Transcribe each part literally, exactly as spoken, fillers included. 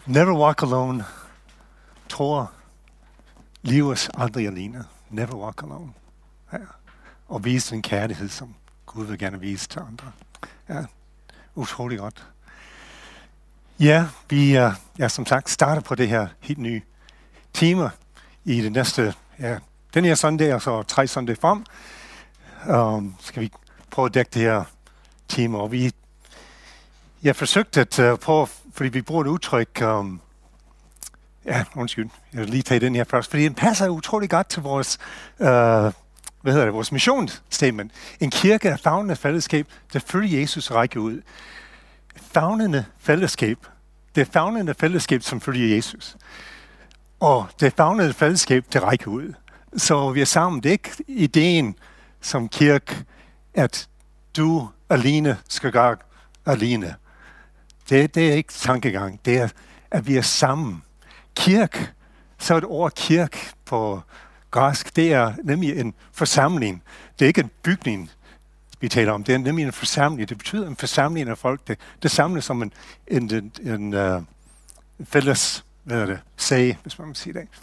Never walk alone. Tror, leves aldrig alene. Never walk alone. Ja. Og vise den kærlighed, som Gud vil gerne vise til andre. Ja, utrolig godt. Ja, vi uh, ja, som sagt starter på det her helt nye tema i det næste, ja, den her søndag og så tre søndage frem. Um, skal vi prøve at dække det her tema, og vi jeg forsøgte at uh, prøve, fordi vi bruger et udtryk, um, ja, undskyld, jeg vil lige tage den her først, fordi den passer utrolig godt til vores, uh, hvad hedder det, vores missionsstatement. En kirke er favnende fællesskab, der følger Jesus række ud. Favnende fællesskab, det er favnende fællesskab, som følger Jesus. Og det er favnende fællesskab, der rækker ud. Så vi er sammen. Det er ikke ideen som kirke, at du alene skal gøre alene. Det, det er ikke tankegang. Det er, at vi er sammen. Kirke, så er et ord kirke på græsk, det er nemlig en forsamling. Det er ikke en bygning, vi taler om. Det er nemlig en forsamling. Det betyder en forsamling af folk. Det, det samles som en, en, en, en uh, fælles, hvad er det, sag, hvis man må sige det.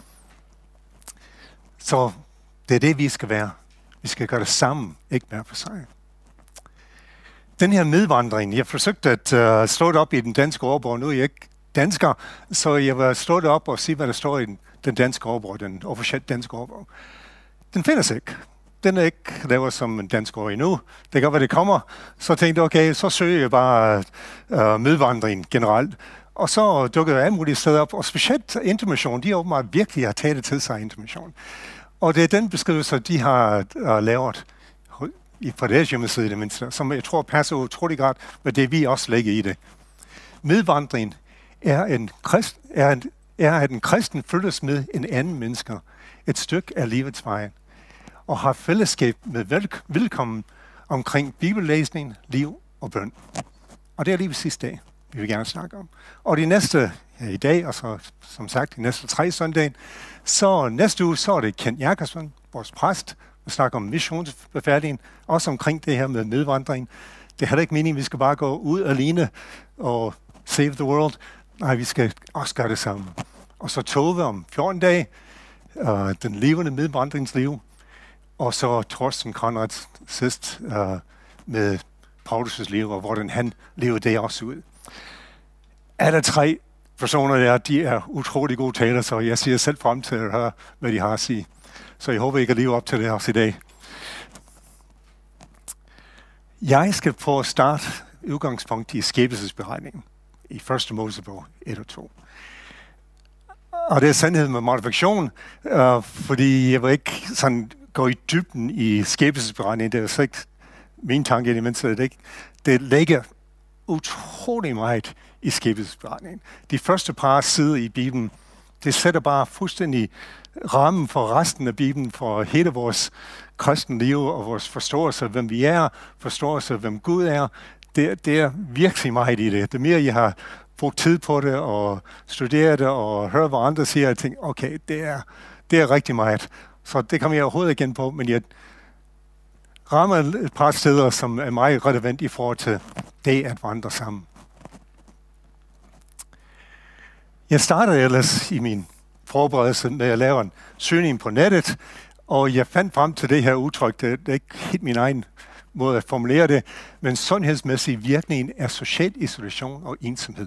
Så det er det, vi skal være. Vi skal gøre det sammen, ikke mere for sig. Den her medvandring, jeg forsøgte at uh, slå det op i den danske ordbog. Nu er jeg ikke dansker, så jeg vil slå det op og se, hvad der står i den, den danske ordbog, den officielle danske ordbog. Den findes ikke. Den er ikke lavet som en dansk ord endnu. Det kan godt være, det kommer. Så tænkte jeg, okay, så søger jeg bare uh, medvandring generelt. Og så dukkede jeg alle mulige steder op, og specielt Intermission, de åbenbart virkelig har taget det til sig, Intermission. Og det er den beskrivelse, de har uh, lavet fra deres hjemmeside i det mindste, som jeg tror passer utrolig godt med det, vi også lægger i det. Medvandring er, en krist, er, en, er at en kristen følges med en anden menneske et stykke af livets vej, og har fællesskab med vel, velkommen omkring bibellæsning, liv og bøn. Og det er lige ved sidste dag, vi vil gerne snakke om. Og de næste, ja, i dag, og så som sagt de næste tre søndage, så næste uge, så er det Kent Jakobsen, vores præst, vi snakker om missionsbefalingen, også omkring det her med medvandring. Det er heller ikke meningen, at vi skal bare gå ud alene og save the world. Nej, vi skal også gøre det sammen. Og så Tove om fjorten dage, uh, den levende medvandringsliv, og så Torsten Conrads sidst uh, med Paulus' liv, og hvordan han lever det også ud. Alle tre personer der, de er utrolig gode taler, så jeg siger selv frem til at høre, hvad de har at sige. Så jeg håber, I kan leve op til det også i dag. Jeg skal prøve at starte udgangspunkt i skabelsesberegningen i første Mosebog et og to. Og det er sandhed med modifikation, uh, fordi jeg vil ikke sådan gå i dybden i skabelsesberegningen. Det er jo så ikke min tanke i det mindste. Det, ikke. Det ligger utrolig meget i skabelsesberegningen. De første par sider i Bibelen, det sætter bare fuldstændig rammen for resten af Bibelen, for hele vores kristne liv og vores forståelse af, hvem vi er, forståelse af, hvem Gud er. Det, det er virkelig meget i det. Det mere, jeg har brugt tid på det og studeret det og hørt, hvad andre siger, og tænker, okay, det er, det er rigtig meget. Så det kommer jeg overhovedet igen på, men jeg rammer et par steder, som er meget relevant i forhold til det at vandre sammen. Jeg startede ellers i min forberedelse med at lave en søgning på nettet, og jeg fandt frem til det her udtryk. Det er ikke helt min egen måde at formulere det, men sundhedsmæssig virkning er social isolation og ensomhed.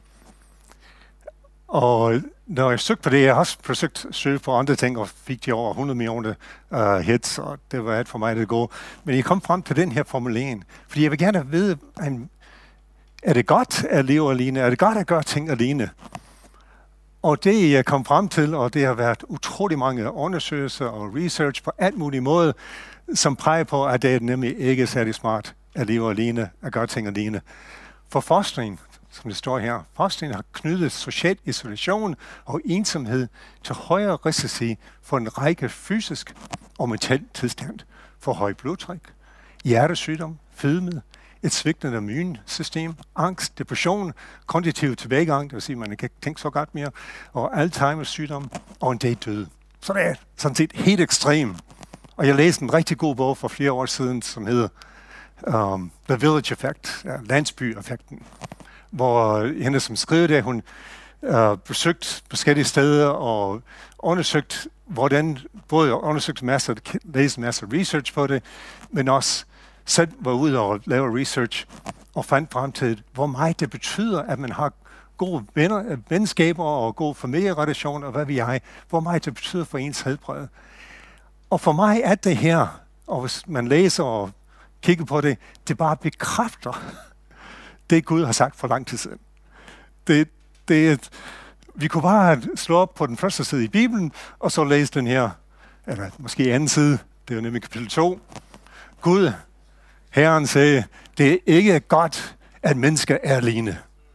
Og når jeg søgte på det, jeg har også forsøgt at søge på andre ting, og fik de over hundrede millioner uh, hits, og det var alt for mig at gå. Men jeg kom frem til den her formulering, fordi jeg vil gerne vide, er det godt at leve alene? Er det godt at gøre ting alene? Og det jeg kom frem til, og det har været utrolig mange undersøgelser og research på alt muligt måde, som peger på, at det er nemlig ikke særlig smart at leve alene, at gøre ting alene. For forskning, som det står her, forskning har knyttet social isolation og ensomhed til højere risici for en række fysisk og mental tilstand, for høj blodtryk, hjertesygdom, fedme, et svigtende immunsystem, angst, depression, kognitiv tilbagegang, det vil sige, at man ikke kan tænke så godt mere, og Alzheimer's sygdom, og en dag døde. Så det er sådan set helt ekstremt. Og jeg læste en rigtig god bog for flere år siden, som hedder um, The Village Effect, ja, landsby-effekten, hvor hende, som skrev det, hun uh, besøgt forskellige steder og undersøgt, hvordan, både undersøgt masser, læst masser af research på det, men også selv var ude og lave research og fandt frem til, hvor meget det betyder, at man har gode venner, venskaber og gode familierelationer, og hvad vi har, hvor meget det betyder for ens helbred. Og for mig er det her, og hvis man læser og kigger på det, det bare bekræfter det, Gud har sagt for lang tid siden. Det, det, vi kunne bare slå op på den første side i Bibelen, og så læse den her, eller måske anden side, det er jo nemlig kapitel to. Gud, Herren sagde, det er ikke godt, at mennesker er alene.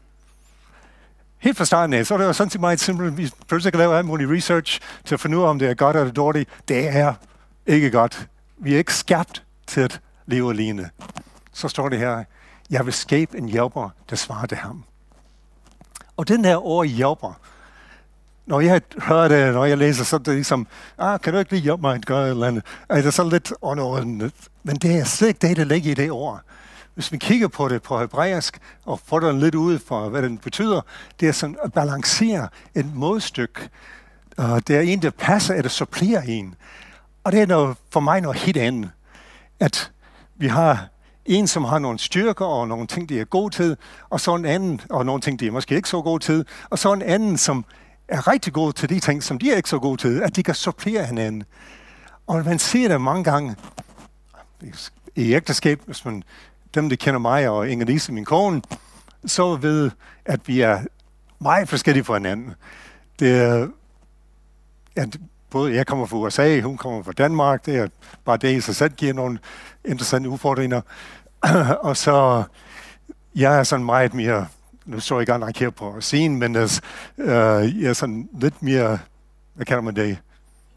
Helt fra starten af, så er det jo sådan set meget simpelt. Vi behøver ikke lave alt muligt research til at finde ud af, om det er godt eller dårligt. Det er ikke godt. Vi er ikke skabt til at leve alene. Så står det her, jeg vil skabe en hjælper, der svarer til ham. Og den her ord hjælper, når jeg hører det, når jeg læser, så er det ligesom, ah, kan du ikke lige hjælpe mig at gøre et eller andet? Er det så lidt underordnet? Men det er slet ikke det, der ligger i det ord. Hvis vi kigger på det på hebræisk, og får det lidt ud for, hvad det betyder, det er sådan at balancere et modstykke. Uh, det er en, der passer, eller supplerer en. Og det er noget, for mig noget helt andet. At vi har en, som har nogle styrker, og nogle ting, de er gode til, og så en anden, og nogle ting, de er måske ikke så gode til, og så en anden, som er rigtig god til de ting, som de er ikke så gode til, at de kan supplere hinanden. Og man ser det mange gange i ægteskab, hvis man dem, der kender mig og Inge-Lise, min kone, så ved, at vi er meget forskellige fra hinanden. Det er, at både jeg kommer fra U S A, hun kommer fra Danmark, det er bare det i sig selv giver nogle interessante udfordringer. Og så, jeg er sådan meget mere, nu så jeg gerne her på scenen, men uh, jeg er sådan lidt mere, hvad kalder man det?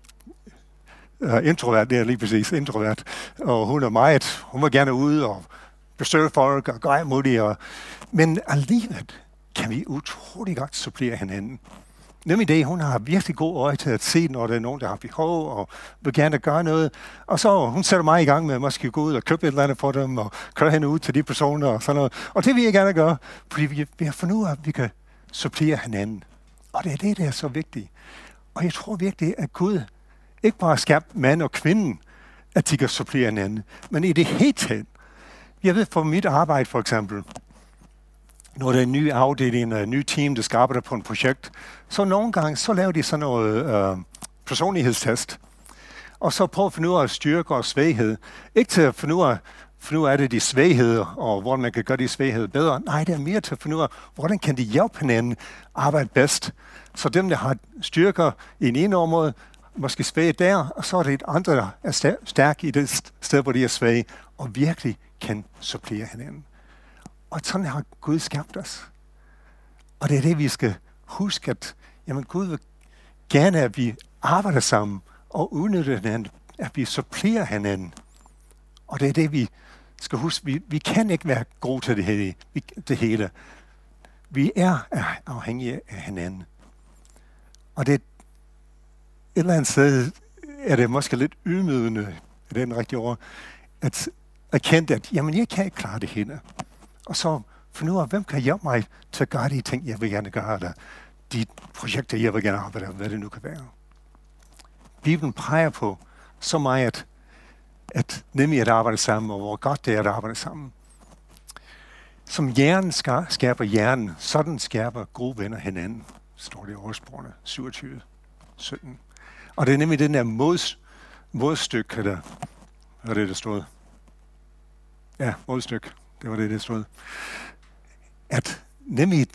Uh, introvert, det er lige præcis, introvert. Og hun er meget, hun vil gerne ud og besøge folk og gøre muligt. Og, men alligevel kan vi utrolig godt supplere hinanden. Nemlig det, hun har virkelig god øje til at se, når der er nogen, der har behov og vil gerne gøre noget. Og så hun sætter mig i gang med at måske gå ud og købe et eller andet for dem og køre hende ud til de personer og sådan noget. Og det vil jeg gerne gøre, fordi vi, vi har fundet ud af, at vi kan supplere hinanden. Og det er det, der er så vigtigt. Og jeg tror virkelig, at Gud ikke bare har skabt mand og kvinden, at de kan supplere hinanden, men i det hele taget. Jeg ved for mit arbejde for eksempel, når der er en ny afdeling, en ny team, der skal arbejde på et projekt, så nogle gange, så laver de sådan noget øh, personlighedstest. Og så prøver at finde ud af styrke og svaghed. Ikke til at finde ud af, finde ud af det, de svagheder, og hvordan man kan gøre de svagheder bedre. Nej, det er mere til at finde ud af, hvordan kan de hjælpe hinanden arbejde bedst. Så dem, der har styrker i en ene område, måske svage der, og så er det et andre, der er stærk i det sted, hvor de er svage, og virkelig kan supplere hinanden. Og sådan har Gud skabt os. Og det er det, vi skal huske, at jamen, Gud vil gerne, at vi arbejder sammen og udnytter hinanden, at vi supplerer hinanden. Og det er det, vi skal huske. Vi, vi kan ikke være gode til det hele. Vi, det hele. Vi er afhængige af hinanden. Og det et eller andet sted er det måske lidt ydmygende, er det en rigtig ord, at erkende, at jamen, jeg kan ikke klare det hele. Og så finde ud af, hvem kan hjælpe mig til at gøre de ting, jeg vil gerne gøre, eller de projekter, jeg vil gerne arbejde, hvad det nu kan være. Bibelen peger på så meget, at, at nemlig at arbejde sammen, og hvor godt det er at arbejde sammen. Som hjernen skaber hjernen, sådan skaber gode venner hinanden, står det i Ordsprogene syvogtyve sytten. Og det er nemlig den der mods, modstykke, der var det, der stod. Ja, modstykke. Det var det, der stod. At nemlig,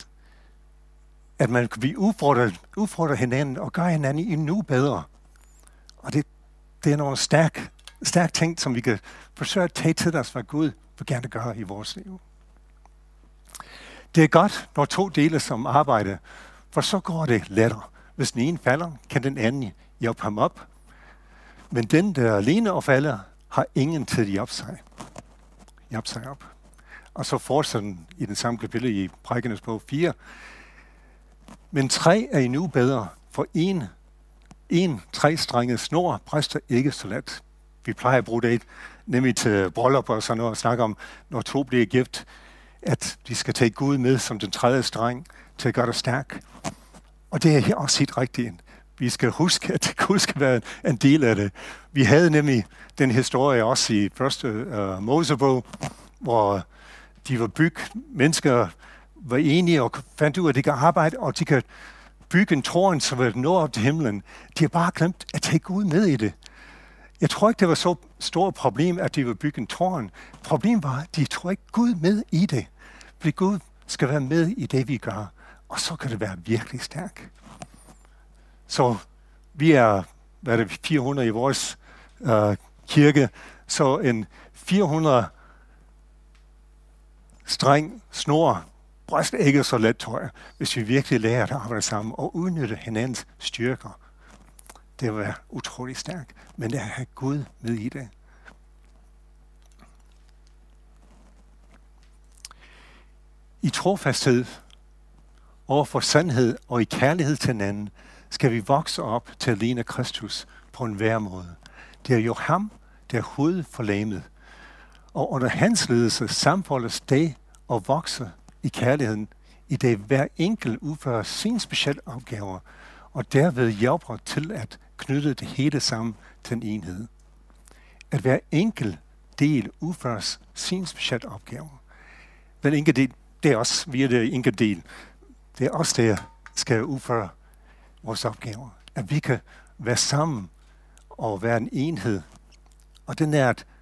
at man kan blive udfordret, udfordret hinanden og gøre hinanden endnu bedre. Og det, det er nogle stærk, stærk ting, som vi kan forsøge at tage til os, hvad Gud vil gerne gøre i vores liv. Det er godt, når to deler som arbejde, for så går det lettere. Hvis den ene falder, kan den anden hjælpe ham op. Men den, der er alene og falder, har ingen til at hjælpe sig. Hjælpe sig op. Og så fortsætter den i den samme kapitel i Prædikenes bog fire. Men tre er endnu bedre, for en, en tre-strenget snor brister ikke så let. Vi plejer at bruge det nemlig til bryllup og sådan noget, og snakke om, når to bliver gift, at de skal tage Gud med som den tredje streng til at gøre det stærk. Og det er også helt rigtigt. Vi skal huske, at Gud skal være en del af det. Vi havde nemlig den historie også i første uh, Mosebog, hvor de var bygget, mennesker var enige og fandt ud af, at de kan arbejde, og de kan bygge en tårn, som vil nå op til himlen. De har bare glemt at tage Gud med i det. Jeg tror ikke, det var så stort problem, at de ville bygge en tårn. Problemet var, at de tror ikke Gud med i det. Fordi Gud skal være med i det, vi gør. Og så kan det være virkelig stærkt. Så vi er, hvad er det, fire hundrede i vores uh, kirke. Så en fire hundrede streng snor bryster ikke så let, tror jeg, hvis vi virkelig lærer at arbejde sammen og udnytte hinandens styrker. Det vil være utrolig stærkt, men det er at have Gud med i det. I trofasthed over for sandhed og i kærlighed til hinanden skal vi vokse op til at ligne Kristus på en hver måde. Det er jo ham, der er hovedet for legemet. Og under hans ledelse sammenfoldes det og vokser i kærligheden, i det hver enkelt udfører sine specielle opgaver, og derved hjælper til at knytte det hele sammen til en enhed. At hver enkelt del udfører sine specielle opgaver. Den enkelte del, det er også via det enkelte del. Det er også der skal udføre vores opgaver. At vi kan være sammen og være en enhed. Og den er et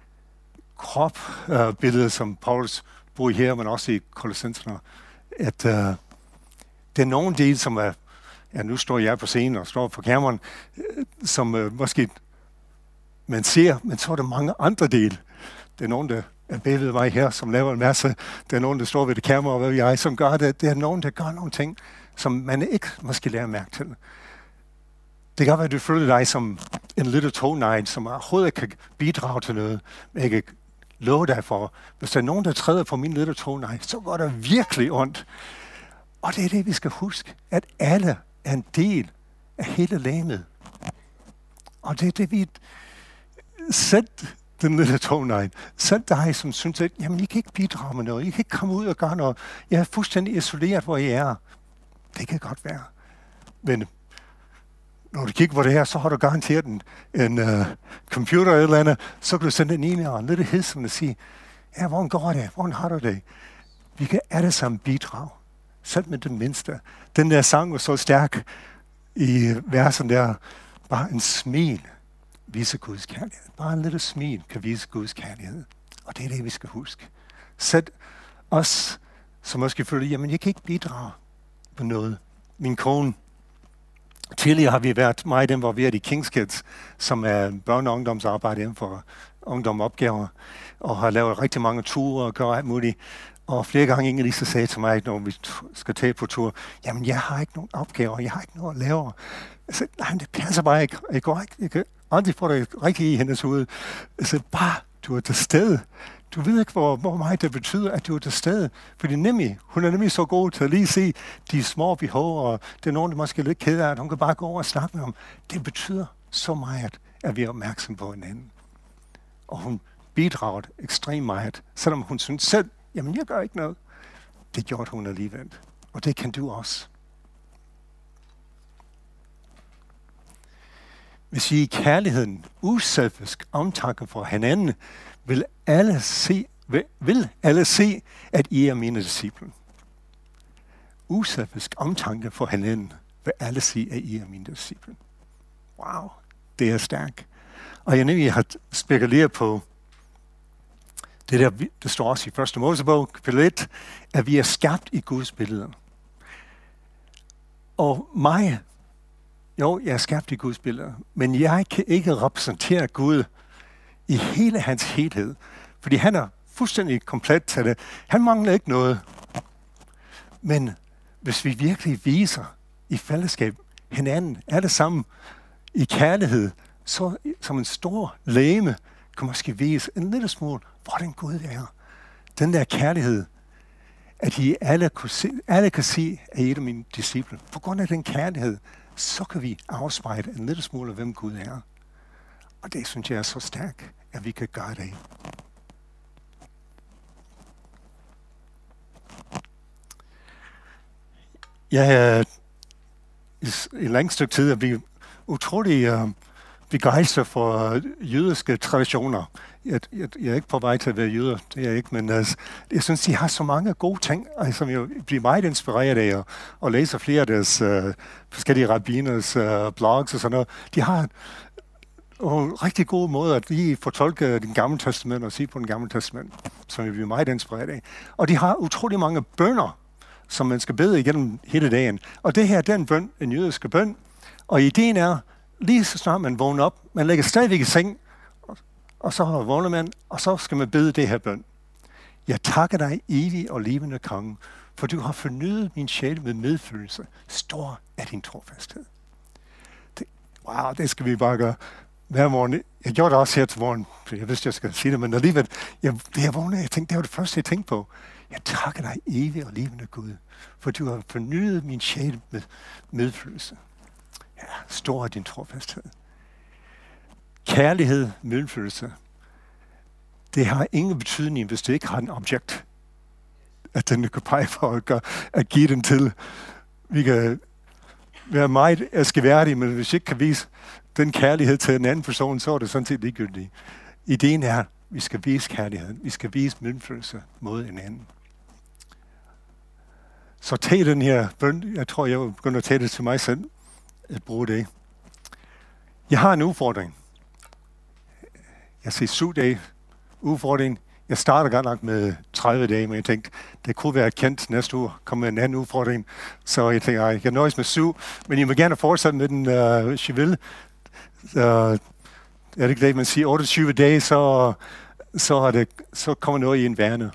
kropbillede, som Paulus bruger her, men også i Kolossenserne, at uh, det er nogle dele, som er, ja, nu står jeg på scenen og står på kameraen, som uh, måske man ser, men så er der mange andre dele. Det er nogen, der er bagved mig her, som laver en masse. Det er nogen, der står ved det kamera, og hvad ved jeg, som gør det. Det er nogen, der gør nogle ting, som man ikke måske lærer mærke til. Det kan være, at du føler dig som en lille tone, som overhovedet ikke kan bidrage til noget, men jeg kan love dig for, hvis der er nogen, der træder på min lille tone, så går der virkelig ondt. Og det er det, vi skal huske, at alle er en del af hele legemet. Og det er det, vi sæt den lille tone, sæt dig, som synes, at jamen, I kan ikke bidrage med noget, I kan ikke komme ud og gøre noget, jeg er fuldstændig isoleret, hvor I er. Det kan godt være. Men når du kigger på det her, så har du garanteret en, en uh, computer eller eller andet, så kan du sende en e-mail og en lille hilsen og sige, ja, hvordan går det? Hvordan har du det? Vi kan alle sammen bidrage. Selv med det mindste. Den der sang var så stærk i versen der, bare en smil viser Guds kærlighed. Bare en lille smil kan vise Guds kærlighed. Og det er det, vi skal huske. Sæt os, som måske føler, jamen jeg kan ikke bidrage på noget. Min kone, tidligere har vi været meget involveret i King's Kids, som er børne- og ungdomsarbejde inden for ungdomsopgaver, og har lavet rigtig mange ture og gør alt muligt. Og flere gange Inge Lise sagde til mig, når vi skal tage på tur, jamen jeg har ikke nogen opgaver, jeg har ikke noget at lave. Jeg sagde, nej, det passer bare ikke. Jeg går ikke, jeg kan aldrig få det rigtigt i hendes hoved. Jeg sagde, bare, du er til stede. Du ved ikke, hvor, hvor meget det betyder, at du er til stede. Fordi nemlig, hun er nemlig så god til at lige se de små behov, og det er nogen, der måske er lidt ked af, at hun kan bare gå over og snakke med ham. Det betyder så meget, at vi er opmærksom på hinanden. Og hun bidrager ekstremt meget, selvom hun synes selv, jamen jeg gør ikke noget. Det gjorde hun alligevel. Og det kan du også. Hvis I i kærligheden, uselvisk omtanke for hinanden, vil alle se, vil, vil alle se, at I er mine disciple. Uselvisk omtanke for hinanden, vil alle se, at I er mine disciple. Wow, det er stærkt. Og jeg nemlig har spekuleret på, det der, der står også i første Mosebog, kapitel et, at vi er skabt i Guds billede. Og mig, jo, jeg er skabt i Guds billede, men jeg kan ikke repræsentere Gud i hele hans helhed, fordi han er fuldstændig komplet til det. Han mangler ikke noget. Men hvis vi virkelig viser i fællesskab hinanden, alle sammen i kærlighed, så som en stor legeme, kan måske vise en lille smule, hvordan Gud er. Den der kærlighed, at I alle kan se, alle kan se, at I er mine disciple. På grund af den kærlighed, så kan vi afspejle en lille smule af, hvem Gud er. Og det synes jeg er så stærkt, at vi kan gøre det. Jeg i en lang stykke tid at blive utrolig uh, begejstret for uh, jødiske traditioner. Jeg, jeg, jeg er ikke på vej til at være jøder, det er jeg ikke, men altså, jeg synes, de har så mange gode ting, altså, som jeg bliver meget inspireret af, og, og læser flere af deres uh, forskellige rabbiners uh, blogs og sådan noget. De har en rigtig god måde at lige fortolke den gamle testament og sige på den gamle testament, som jeg bliver meget inspireret af. Og de har utrolig mange bønner, som man skal bede igennem hele dagen. Og det her, det er en bøn, en jødisk bøn. Og ideen er, lige så snart man vågner op, man lægger stadigvæk i seng, og så vågner man, og så skal man bede det her bøn. Jeg takker dig, evig og levende konge, for du har fornyet min sjæl med medfølelse. Stor er din trofasthed. Det, wow, det skal vi bare gøre hver morgen. Jeg gjorde det også her til morgen, for jeg vidste, jeg skal sige det, men alligevel, jeg, det jeg vågnede, jeg tænkte, det var det første, jeg tænkte på. Jeg takker dig, evig og levende Gud, for du har fornyet min sjæl med medfølelse. Ja, stor er din trofasthed. Kærlighed, medfølelse, det har ingen betydning, hvis det ikke har en objekt, at den kan pege for at, gøre, at give den til. Vi kan være meget elskeværdige, men hvis vi ikke kan vise den kærlighed til en anden person, så er det sådan set ligegyldigt. Ideen er, at vi skal vise kærlighed, vi skal vise medfølelse mod en anden. Så tag den her bøn, jeg tror, jeg vil begynde at tage det til mig selv, at bruge det. Jeg har en udfordring. Jeg siger syv dage udfordring. Jeg starter godt nok med tredive dage, men jeg tænkte, det kunne være kendt næste uge, komme en anden udfordring. Så jeg tænkte, jeg kan nøjes med syv, men jeg vil gerne fortsætte med den, uh, hvis jeg vil. Uh, er det ikke det, man siger, otteogtyve dage, så, så, er det, så kommer noget i en vane.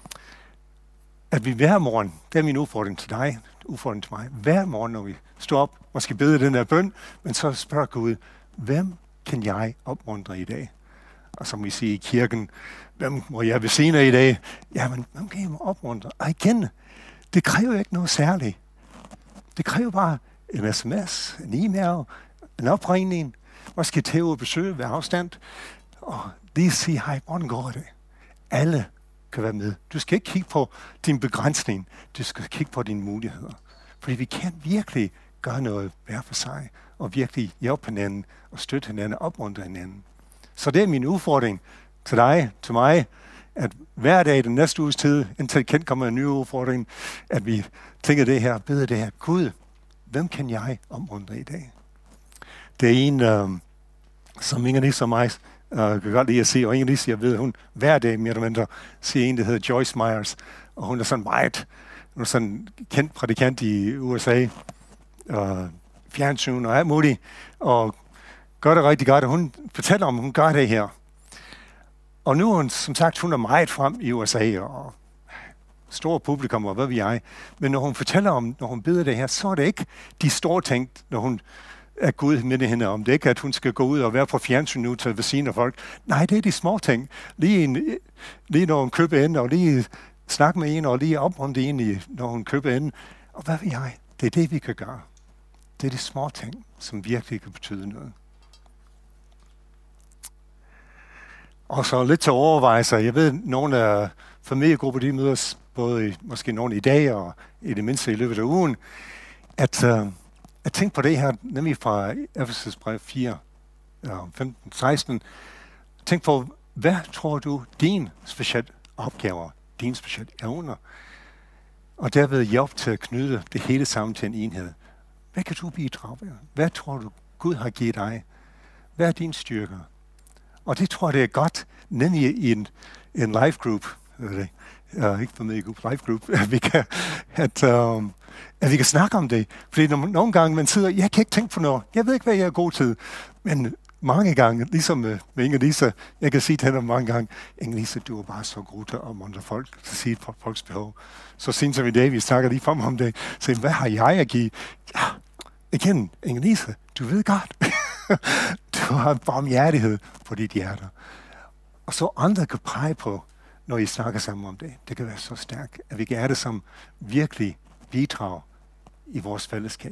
At vi hver morgen, det er min udfordring til dig, udfordring til mig, hver morgen, når vi står op, måske bede den der bøn, men så spørger Gud, hvem kan jeg opmuntre i dag? Og som vi siger i kirken, hvem må jeg besinde i dag? Jamen, hvem kan jeg opmuntre? Og igen, det kræver ikke noget særligt. Det kræver bare en sms, en e-mail, en opringning, måske til at besøge ved afstand, og lige sige, hej, hvordan går det? Alle kan være med. Du skal ikke kigge på din begrænsning, du skal kigge på dine muligheder. Fordi vi kan virkelig gøre noget hver for sig, og virkelig hjælpe hinanden, og støtte hinanden, og opmuntre hinanden. Så det er min udfordring til dig, til mig, at hver dag den næste uges tid, indtil kendt kommer en ny udfordring, at vi tænker det her, beder det her, Gud, hvem kan jeg opmuntre i dag? Det er en, øh, som ingen lige som mig øh, kan godt lide at se, og ingen lige jeg ved, hun hver dag mere eller mindre siger en, der hedder Joyce Myers, og hun er sådan meget, hun er sådan kendt prædikant i U S A, øh, fjernsyn og alt muligt, og gør det rigtig godt, og hun fortæller om, hun gør det her. Og nu er hun, som sagt, hun er meget frem i U S A, og store publikum, og hvad ved jeg. Men når hun fortæller om, når hun beder det her, så er det ikke de store ting, når hun er Gud med hende om. Det er ikke, at hun skal gå ud og være på fjernsyn nu til ved siden af folk. Nej, det er de små ting. Lige, en, lige når hun køber ind, og lige snakke med en, og lige opmuntre en, når hun køber ind. Og hvad ved jeg? Det er det, vi kan gøre. Det er de små ting, som virkelig kan betyde noget. Og så lidt til overvejelser. Jeg ved, nogle af familiegrupper, de mødes både i, måske nogle i dag og i det mindste i løbet af ugen, at, uh, at tænke på det her, nemlig fra Efeses brev fire, femten seksten. Tænk på, hvad tror du din specielle opgaver, din specielle evner, og derved hjælp til at knytte det hele sammen til en enhed. Hvad kan du bidrage med? Hvad tror du, Gud har givet dig? Hvad er din styrker? Og det tror jeg, det er godt, nemlig i en, en live group, eller uh, ikke familiegruppe, live group, at vi kan, at, um, at vi kan snakke om det. Fordi når, nogle gange man sidder, jeg kan ikke tænke på noget, jeg ved ikke, hvad jeg er god til, men mange gange, ligesom med, med Inge-Lise, jeg kan sige til hende mange gange, Inge-Lise, du er bare så god til at opmuntre folk, til at sige på folks behov. Så sent som i dag, vi snakker lige frem om det, så hvad har jeg at give? Ja, igen, Inge-Lise, du ved godt. Du har barmhjertighed på dit hjerte. Og så andre kan pege på, når I snakker sammen om det. Det kan være så stærkt, at vi kan have det som virkelig bidrag i vores fællesskab.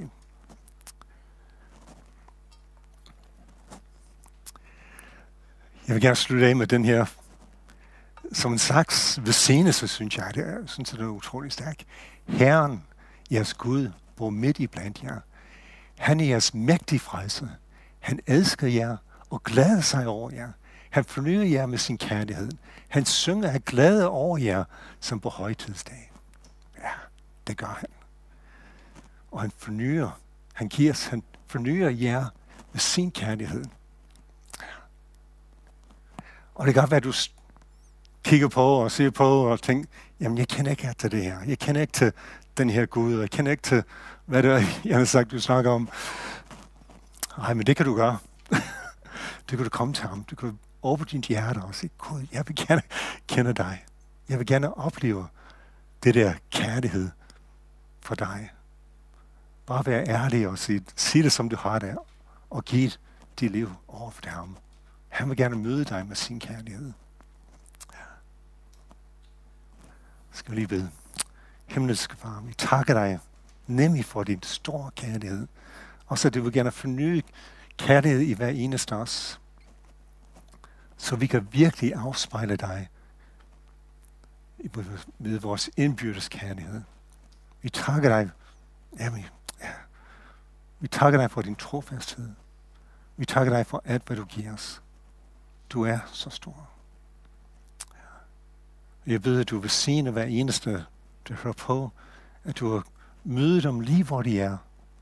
Jeg vil gerne slutte af med den her, som en slags velsignelse, synes jeg. Det er, synes jeg, det er utrolig stærkt. Herren, jeres Gud, bor midt i blandt jer. Han er jeres mægtige frelse. Han elsker jer og glæder sig over jer. Han fornyer jer med sin kærlighed. Han synger af glæde over jer, som på højtidsdag. Ja, det gør han. Og han fornyer, han giver os, han fornyer jer med sin kærlighed. Og det kan godt være, at du kigger på og ser på og tænker, jamen jeg kender ikke til det her. Jeg kender ikke til den her Gud. Jeg kender ikke til, hvad det er, jeg har sagt, du snakker om. Nej, men det kan du gøre. Det kan du komme til ham. Du kan åbne dit hjerte og sige, Gud, jeg vil gerne kende dig. Jeg vil gerne opleve det der kærlighed for dig. Bare være ærlig og sige, sig det, som du har det, og giv dit liv over for ham. Han vil gerne møde dig med sin kærlighed. Ja. Skal vi lige bede. Himmelske Far, vi takker dig nemlig for din store kærlighed. Og så du vil gerne forny kærlighed i hver eneste af os. Så vi kan virkelig afspejle dig med vores indbyrdes kærlighed. Vi takker dig, jamen, ja. Vi takker dig for din trofasthed. Vi takker dig for alt, hvad du giver os. Du er så stor. Jeg beder, at du vil sige hver eneste, der hører på, at du har mødet dem lige, hvor de er.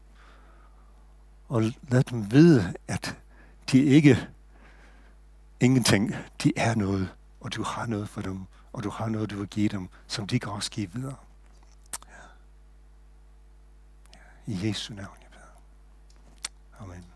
Og lad dem vide, at de ikke ingenting, de er noget, og du har noget for dem, og du har noget, du vil give dem, som de kan også give videre. Ja. Ja. I Jesu navn, jeg beder. Amen.